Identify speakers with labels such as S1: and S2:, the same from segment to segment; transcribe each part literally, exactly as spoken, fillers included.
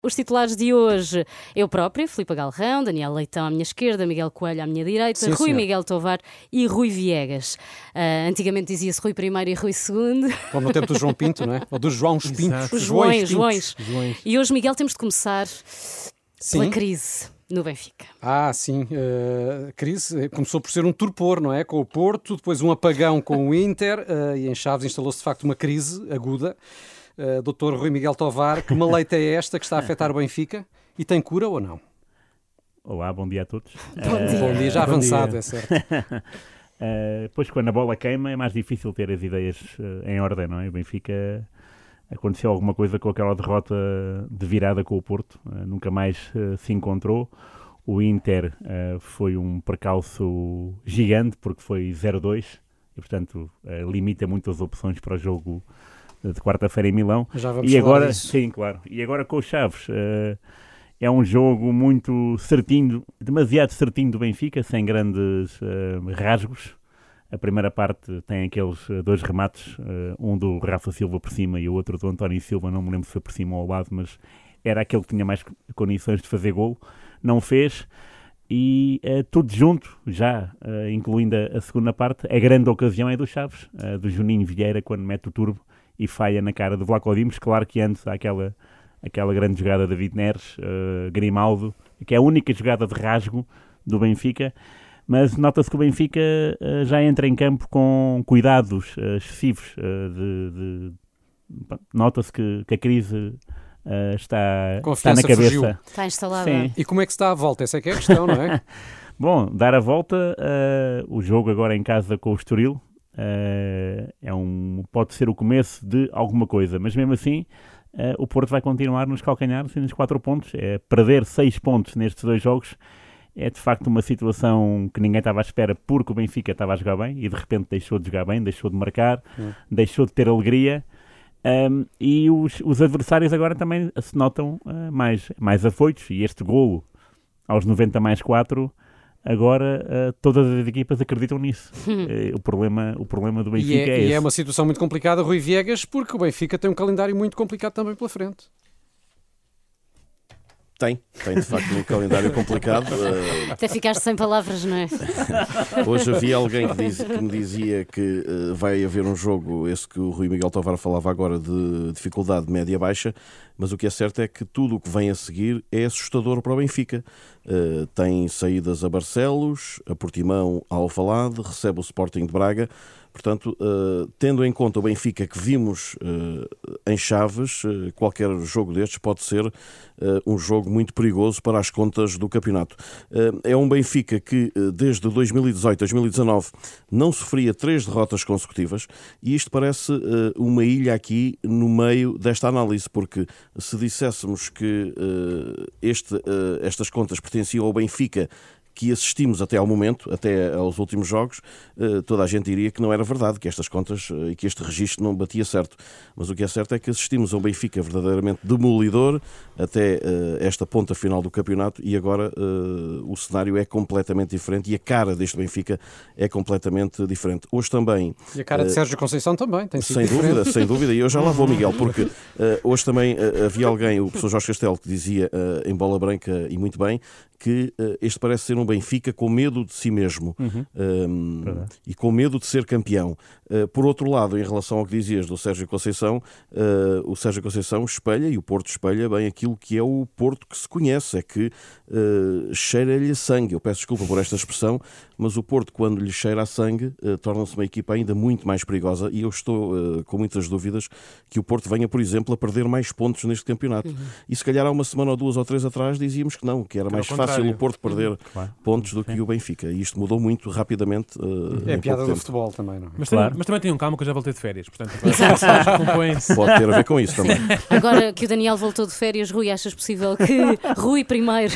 S1: Os titulares de hoje, eu própria, Filipe Galrão, Daniel Leitão à minha esquerda, Miguel Coelho à minha direita,
S2: Sim,
S1: Rui
S2: senhor.
S1: Miguel Tovar e Rui Viegas. Uh, antigamente dizia-se Rui primeiro e Rui segundo.
S2: Como no tempo do João Pinto, não é? Ou dos João Pintos.
S3: Exato.
S1: Os Joões,
S2: Joões
S1: Joões.
S3: Joões.
S1: E hoje, Miguel, temos de começar pela
S2: Sim.
S1: crise no Benfica.
S2: Ah, sim. Uh, a crise começou por ser um torpor, não é? Com o Porto, depois um apagão com o Inter uh, e em Chaves instalou-se de facto uma crise aguda. Uh, doutor Rui Miguel Tovar, que maleita é esta que está a afetar o Benfica? E tem cura ou não?
S4: Olá, bom dia a todos.
S1: Bom
S4: Uh,
S1: dia.
S2: Bom dia, já
S3: Bom
S2: avançado,
S3: dia.
S2: é certo.
S4: Uh, pois quando a bola queima é mais difícil ter as ideias uh, em ordem, não é? O Benfica, aconteceu alguma coisa com aquela derrota de virada com o Porto, uh, nunca mais uh, se encontrou. O Inter uh, foi um percalço gigante porque foi zero a dois e portanto uh, limita muito as opções para o jogo de quarta-feira em Milão.
S2: Já vamos
S4: E
S2: falar
S4: agora,
S2: disso.
S4: sim, claro. E agora com o Chaves, uh, é um jogo muito certinho, demasiado certinho do Benfica, sem grandes uh, rasgos. A primeira parte tem aqueles uh, dois remates, uh, um do Rafa Silva por cima e o outro do António Silva, não me lembro se foi por cima ou ao lado, mas era aquele que tinha mais condições de fazer golo. Não fez. E uh, tudo junto, já, uh, incluindo a, a segunda parte, a grande ocasião é do Chaves, uh, do Juninho Vieira, quando mete o turbo e falha na cara do Vlaco Dimos. Claro que antes há aquela, aquela grande jogada de David Neres, uh, Grimaldo, que é a única jogada de rasgo do Benfica, mas nota-se que o Benfica uh, já entra em campo com cuidados uh, excessivos. Uh, de, de... Nota-se que, que a crise uh, está, está
S2: Confiança
S4: na cabeça.
S2: fugiu.
S1: Está instalada.
S4: Sim.
S2: E como é que se dá a volta? Essa é que é a questão, não é?
S4: Bom, dar a volta, uh, o jogo agora em casa com o Estoril, uh, é um, pode ser o começo de alguma coisa, mas mesmo assim uh, o Porto vai continuar nos calcanhares e nos quatro pontos. É, perder seis pontos nestes dois jogos é de facto uma situação que ninguém estava à espera, porque o Benfica estava a jogar bem e de repente deixou de jogar bem, deixou de marcar,
S2: Hum.
S4: deixou de ter alegria. Um, e os, os adversários agora também se notam uh, mais, mais afoitos, e este golo aos noventa mais quatro, agora uh, todas as equipas acreditam nisso. Uh, o, problema, o problema do
S2: E
S4: Benfica
S2: é,
S4: é,
S2: e
S4: esse.
S2: é uma situação muito complicada, Rui Viegas, porque o Benfica tem um calendário muito complicado também pela frente.
S5: Tem, tem de facto um calendário complicado. Uh,
S1: Até ficaste sem palavras, não é?
S5: hoje havia alguém que, diz, que me dizia que uh, vai haver um jogo, esse que o Rui Miguel Tovar falava agora, de dificuldade média-baixa, mas o que é certo é que tudo o que vem a seguir é assustador para o Benfica. Uh, tem saídas a Barcelos, a Portimão, a Alvalade, recebe o Sporting de Braga. Portanto, uh, tendo em conta o Benfica que vimos uh, em Chaves, uh, qualquer jogo destes pode ser uh, um jogo muito perigoso para as contas do campeonato. Uh, é um Benfica que uh, desde dois mil e dezoito a dois mil e dezanove não sofria três derrotas consecutivas, e isto parece uh, uma ilha aqui no meio desta análise, porque se disséssemos que uh, este, uh, estas contas pertenciam ao Benfica que assistimos até ao momento, até aos últimos jogos, toda a gente diria que não era verdade, que estas contas e que este registro não batia certo. Mas o que é certo é que assistimos a um Benfica verdadeiramente demolidor até esta ponta final do campeonato, e agora o cenário é completamente diferente e a cara deste Benfica é completamente diferente. Hoje também...
S2: E a cara de Sérgio Conceição também tem sido
S5: Sem
S2: diferente.
S5: dúvida, sem dúvida, e eu já lá vou, Miguel, porque uh, hoje também uh, havia alguém, o professor Jorge Castelo, que dizia uh, em bola branca, e muito bem, que uh, este parece ser um Benfica com medo de si mesmo,
S4: Uhum.
S5: um, e com medo de ser campeão. Uh, por outro lado, em relação ao que dizias do Sérgio Conceição, uh, o Sérgio Conceição espelha, e o Porto espelha bem aquilo que é o Porto que se conhece, é que uh, cheira-lhe sangue. Eu peço desculpa por esta expressão, mas o Porto, quando lhe cheira a sangue, uh, torna-se uma equipa ainda muito mais perigosa, e eu estou uh, com muitas dúvidas que o Porto venha, por exemplo, a perder mais pontos neste campeonato. Uhum. E se calhar há uma semana ou duas ou três atrás dizíamos que não, que era mais fácil o Porto perder
S4: Claro.
S5: pontos do que o Benfica, e isto mudou muito rapidamente. Uh,
S2: É a
S5: em
S2: piada
S5: pouco
S2: do
S5: tempo.
S2: futebol também, não é?
S3: Mas,
S4: Claro.
S3: tem, mas também tenham calma que eu já voltei de férias, portanto agora compõem-se.
S5: Pode ter a ver com isso também.
S1: Agora que o Daniel voltou de férias, Rui, achas possível que... Rui primeiro.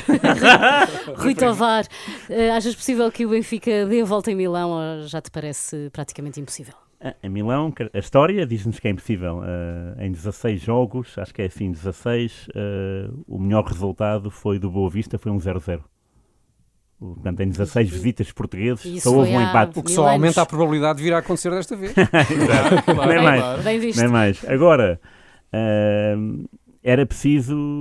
S1: Rui Tovar. Uh, achas possível que o Benfica dê a volta em Milão, ou já te parece praticamente impossível?
S4: Em Milão, a história diz-nos que é impossível. Uh, em dezasseis jogos, acho que é assim, dezasseis, uh, o melhor resultado foi do Boa Vista, foi um zero a zero. Portanto, em dezasseis visitas portugueses,
S1: Isso
S4: só houve
S1: foi
S4: um
S1: há
S4: empate.
S2: O que
S1: mil
S2: só
S1: anos.
S2: aumenta a probabilidade de vir a acontecer desta vez.
S3: Claro, claro,
S4: Nem mais.
S3: claro.
S1: Bem visto.
S4: Nem mais. Agora, uh, era preciso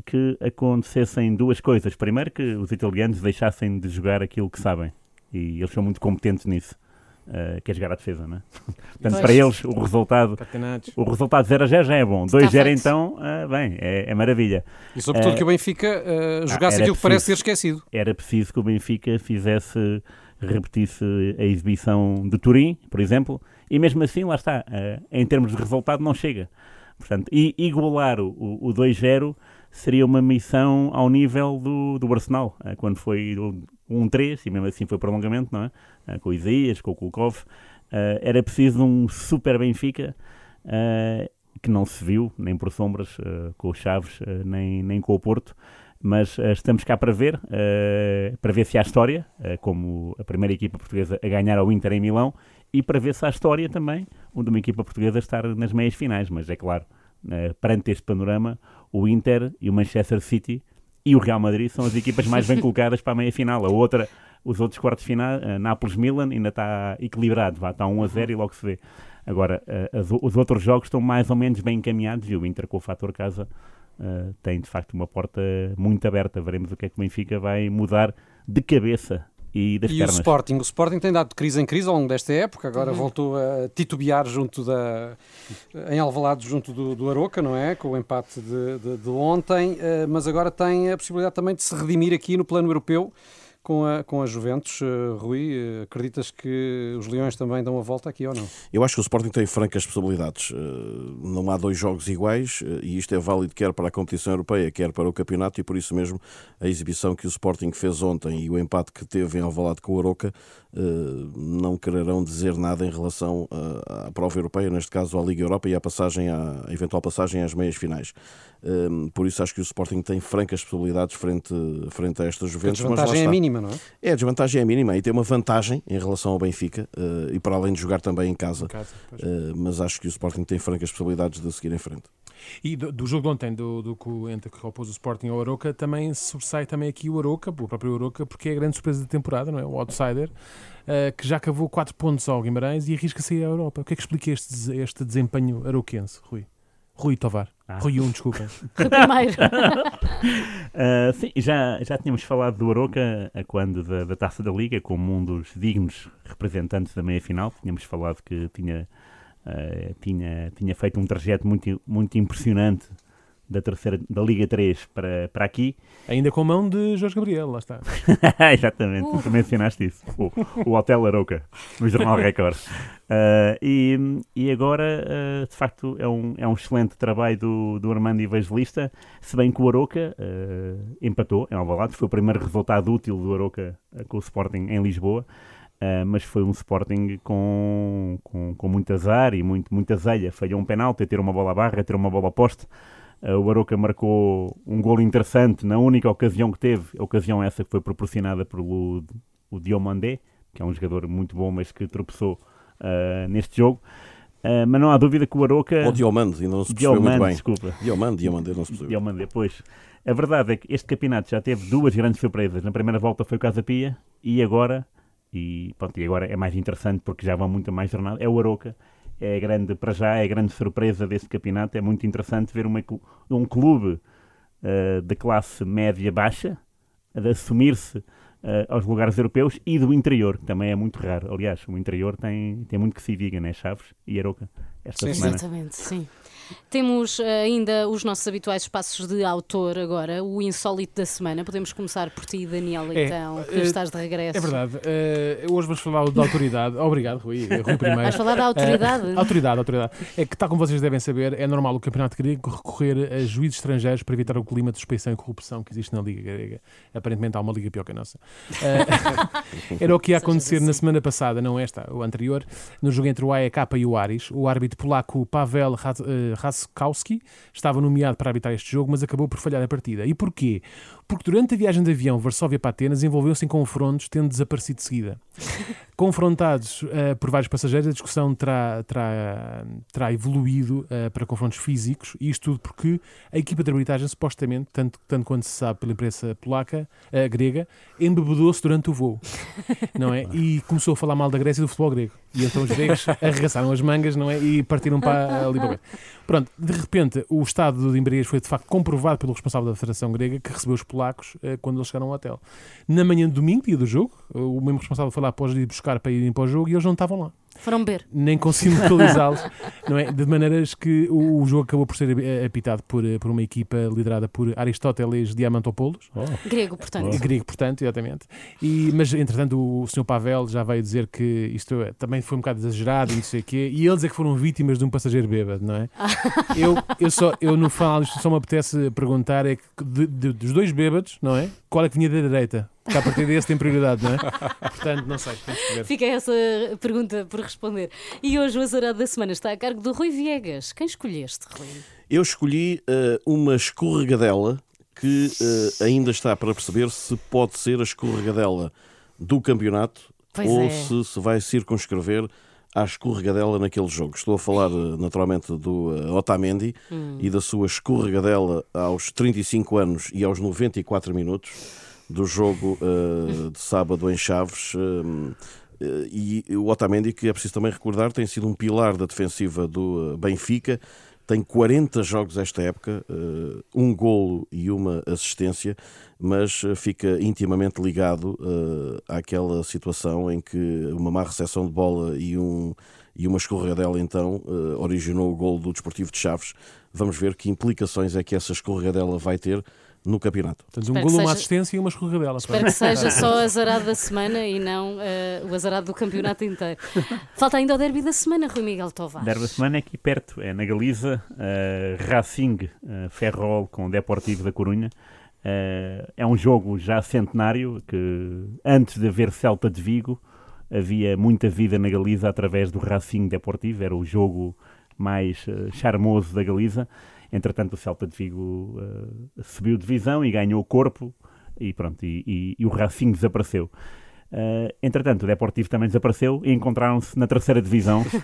S4: que acontecessem duas coisas. Primeiro, que os italianos deixassem de jogar aquilo que sabem. E eles são muito competentes nisso. Uh, que é jogar à defesa, não é? Portanto,
S1: Pois.
S4: para eles, o resultado
S3: Catenados.
S4: o resultado zero a zero já é bom.
S1: Está
S4: dois a zero
S1: feito.
S4: então, uh, bem, é, é maravilha.
S2: E sobretudo
S4: Eh,
S2: que o Benfica uh, jogasse
S4: era
S2: aquilo que parece ter
S4: preciso.
S2: esquecido.
S4: Era preciso que o Benfica fizesse, repetisse a exibição de Turim, por exemplo, e mesmo assim, lá está, uh, em termos de resultado não chega. Portanto, e igualar o, o, o dois a zero seria uma missão ao nível do, do Arsenal, uh, quando foi o um a três, e mesmo assim foi prolongamento, não é? Uh, com o Isaías, com o Kulkov. Uh, era preciso um super Benfica, uh, que não se viu, nem por sombras, uh, com o Chaves, uh, nem, nem com o Porto, mas uh, estamos cá para ver, uh, para ver se há história, uh, como a primeira equipa portuguesa a ganhar ao Inter em Milão, e para ver se há história também, onde uma equipa portuguesa estar nas meias finais, mas é claro, uh, perante este panorama, o Inter e o Manchester City e o Real Madrid são as equipas mais bem colocadas para a meia final. A outra, os outros quartos de final, uh, Nápoles-Milan, ainda está equilibrado, vá, está um a zero e logo se vê. Agora, uh, as, os outros jogos estão mais ou menos bem encaminhados e o Inter, com o fator casa, uh, tem de facto uma porta muito aberta. Veremos o que é que o Benfica vai mudar de cabeça e das
S2: E
S4: pernas.
S2: o Sporting? O Sporting tem dado de crise em crise ao longo desta época, agora
S1: Uhum.
S2: voltou a titubear junto da, em Alvalade junto do, do Aroca, não é? Com o empate de, de, de ontem, eh, mas agora tem a possibilidade também de se redimir aqui no plano europeu com a, com a Juventus. Uh, Rui, uh, acreditas que os Leões também dão a volta aqui ou não?
S5: Eu acho que o Sporting tem francas possibilidades. Não há dois jogos iguais e isto é válido quer para a competição europeia, quer para o campeonato, e por isso mesmo a exibição que o Sporting fez ontem e o empate que teve em Alvalade com o Aroca não quererão dizer nada em relação à prova europeia, neste caso à Liga Europa e à passagem, à eventual passagem às meias finais. Por isso acho que o Sporting tem francas possibilidades frente, frente a esta Juventus.
S2: A desvantagem é mínima, não é?
S5: É, a desvantagem é mínima e tem uma vantagem em relação ao Benfica uh, e para além de jogar também em casa,
S3: Em casa, pois.
S5: uh, mas acho que o Sporting tem francas possibilidades de seguir em frente.
S3: E do, do jogo de ontem, do, do que o Enta que opôs o Sporting ao Aroca, também sobressai também aqui o Aroca, o próprio Aroca, porque é a grande surpresa da temporada, não é? O outsider, uh, que já cavou quatro pontos ao Guimarães e arrisca sair à Europa. O que é que explica este, este desempenho aroquense, Rui? Rui Tovar.
S4: Ah.
S3: Rui um, desculpem.
S1: Rui primeiro.
S4: Uh, sim, já, já tínhamos falado do Aroca a quando da, da Taça da Liga, como um dos dignos representantes da meia-final. Tínhamos falado que tinha, uh, tinha, tinha feito um trajeto muito, muito impressionante da, terceira, da Liga três para, para aqui.
S3: Ainda com a mão de Jorge Gabriel, lá está.
S4: Exatamente, tu mencionaste isso. O, o Hotel Aroca, no Jornal Record. Uh, e, e agora, uh, de facto, é um, é um excelente trabalho do, do Armando Evangelista, se bem que o Aroca uh, empatou em Alvalade. Foi o primeiro resultado útil do Aroca uh, com o Sporting em Lisboa, uh, mas foi um Sporting com, com, com muito azar e muito, muita zelha. Falhou um penalti, ter uma bola à barra, ter uma bola a poste. Uh, o Aroca marcou um golo interessante na única ocasião que teve, a ocasião essa que foi proporcionada pelo o Diomandé, que é um jogador muito bom, mas que tropeçou uh, neste jogo. Uh, mas não há dúvida que o Aroca...
S5: Ou Diomande, ainda não se percebeu
S4: Diomande,
S5: muito bem.
S4: desculpa.
S5: Diomande, Diomande, não se percebeu.
S4: Diomande, pois. A verdade é que este campeonato já teve duas grandes surpresas. Na primeira volta foi o Casa Pia e agora, e, pronto, e agora é mais interessante porque já vão muito mais jornada, é o Aroca. É a grande, para já, é a grande surpresa deste campeonato. É muito interessante ver uma, um clube uh, de classe média-baixa a assumir-se uh, aos lugares europeus e do interior, que também é muito raro. Aliás, o interior tem, tem muito que se diga, né? Chaves e Aroca, esta
S2: Sim,
S4: semana.
S1: Exatamente, sim. Temos uh, ainda os nossos habituais espaços de autor agora, o insólito da semana. Podemos começar por ti, Daniel,
S3: É,
S1: então, que
S3: uh,
S1: estás de regresso.
S3: É verdade. Uh, hoje vamos falar da autoridade. Obrigado, Rui. Rui primeiro.
S1: Vais falar da autoridade?
S3: Uh, autoridade, autoridade. É que, tal como vocês devem saber, é normal o campeonato grego recorrer a juízes estrangeiros para evitar o clima de suspeição e corrupção que existe na Liga Grega. Aparentemente há uma liga pior que a nossa. Uh, era o que ia acontecer na semana passada, não esta, o anterior, no jogo entre o A E K e o Aris. O árbitro polaco Pavel Raskowski estava nomeado para arbitrar este jogo, mas acabou por falhar a partida. E porquê? Porque durante a viagem de avião Varsóvia para Atenas envolveu-se em confrontos, tendo desaparecido de seguida. Confrontados uh, por vários passageiros, a discussão terá, terá, terá evoluído uh, para confrontos físicos, e isto tudo porque a equipa de arbitragem, supostamente, tanto, tanto quanto se sabe pela imprensa polaca, uh, grega, embebedou-se durante o voo, não é? E começou a falar mal da Grécia e do futebol grego. E então os gregos arregaçaram as mangas, não é? E partiram para ali para o meio. Pronto, de repente, o estado de embriaguez foi de facto comprovado pelo responsável da Federação Grega, que recebeu os polacos uh, quando eles chegaram ao hotel. Na manhã de domingo, dia do jogo, o mesmo responsável foi lá após ir buscar para irem para o jogo e eles não estavam lá.
S1: Foram beber.
S3: Nem conseguiam localizá-los, não é? De maneiras que o, o jogo acabou por ser apitado por, por uma equipa liderada por Aristóteles Diamantopoulos.
S4: Oh.
S1: Grego, portanto.
S3: Oh. Grego, portanto, exatamente. E, mas, entretanto, o senhor Pavel já veio dizer que isto é, também foi um bocado exagerado e não sei o quê. E eles é que foram vítimas de um passageiro bêbado, não é? eu, eu, só, eu, no final, isto só me apetece perguntar é que de, de, dos dois bêbados, não é? Qual é que vinha da direita? Porque a partir desse tem prioridade, não é? Portanto, não sei.
S1: Fica essa pergunta por responder. E hoje o azarado da semana está a cargo do Rui Viegas. Quem escolheste, Rui?
S5: Eu escolhi uh, uma escorregadela que uh, ainda está para perceber se pode ser a escorregadela do campeonato
S1: Pois
S5: ou
S1: é.
S5: se se vai circunscrever à escorregadela naquele jogo. Estou a falar uh, naturalmente do uh, Otamendi hum. e da sua escorregadela aos trinta e cinco anos e aos noventa e quatro minutos do jogo uh, de sábado em Chaves. Uh, e o Otamendi, que é preciso também recordar, tem sido um pilar da defensiva do Benfica, tem quarenta jogos esta época, uh, um golo e uma assistência, mas fica intimamente ligado uh, àquela situação em que uma má recepção de bola e, um, e uma escorregadela então uh, originou o golo do Desportivo de Chaves. Vamos ver que implicações é que essa escorregadela vai ter no campeonato.
S3: Portanto, um golo, uma assistência e uma escorregadela.
S1: Espero que seja só o azarado da semana e não uh, o azarado do campeonato inteiro. Falta ainda o derby da semana, Rui Miguel Tovar.
S4: O derby da semana é aqui perto, é na Galiza, uh, Racing uh, Ferrol com o Deportivo da Corunha. Uh, é um jogo já centenário, que antes de haver Celta de Vigo havia muita vida na Galiza através do Racing Deportivo, era o jogo mais uh, charmoso da Galiza. Entretanto, o Celta de Vigo uh, subiu divisão e ganhou o corpo e pronto, e, e, e o Racing desapareceu. Uh, entretanto, o Deportivo também desapareceu e encontraram-se na terceira divisão. Uh,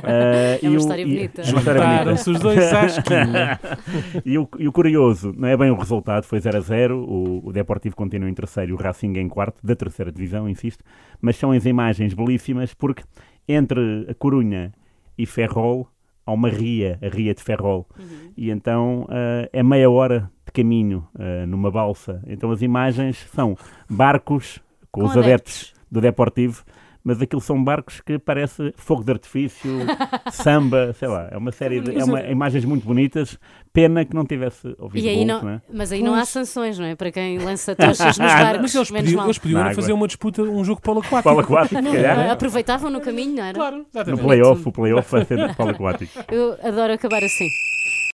S1: é uma história bonita.
S3: Juntaram-se os dois à esquina.
S4: e, o, e o curioso, não é bem o resultado, foi zero a zero, o, o Deportivo continua em terceiro e o Racing em quarto, da terceira divisão, insisto, mas são as imagens belíssimas porque entre a Corunha e Ferrol há uma ria, a ria de Ferrol, uhum. e então uh, é meia hora de caminho uh, numa balsa. Então as imagens são barcos com, com os adeptos. adeptos do Deportivo, mas aquilo são barcos que parece fogo de artifício, samba, sei lá, é uma série de é uma, imagens muito bonitas. Pena que não tivesse ouvido
S1: e aí
S4: bolso,
S1: não,
S4: não é?
S1: Mas aí não há sanções, não é? Para quem lança tochas nos barcos.
S3: Mas eles podiam, eles podiam fazer uma disputa, um jogo polo aquático.
S4: Polo aquático,
S1: não,
S4: se calhar.
S1: Aproveitavam no caminho, não era?
S3: Claro, exatamente.
S4: No play-off, o play-off vai ser polo aquático.
S1: Eu adoro acabar assim.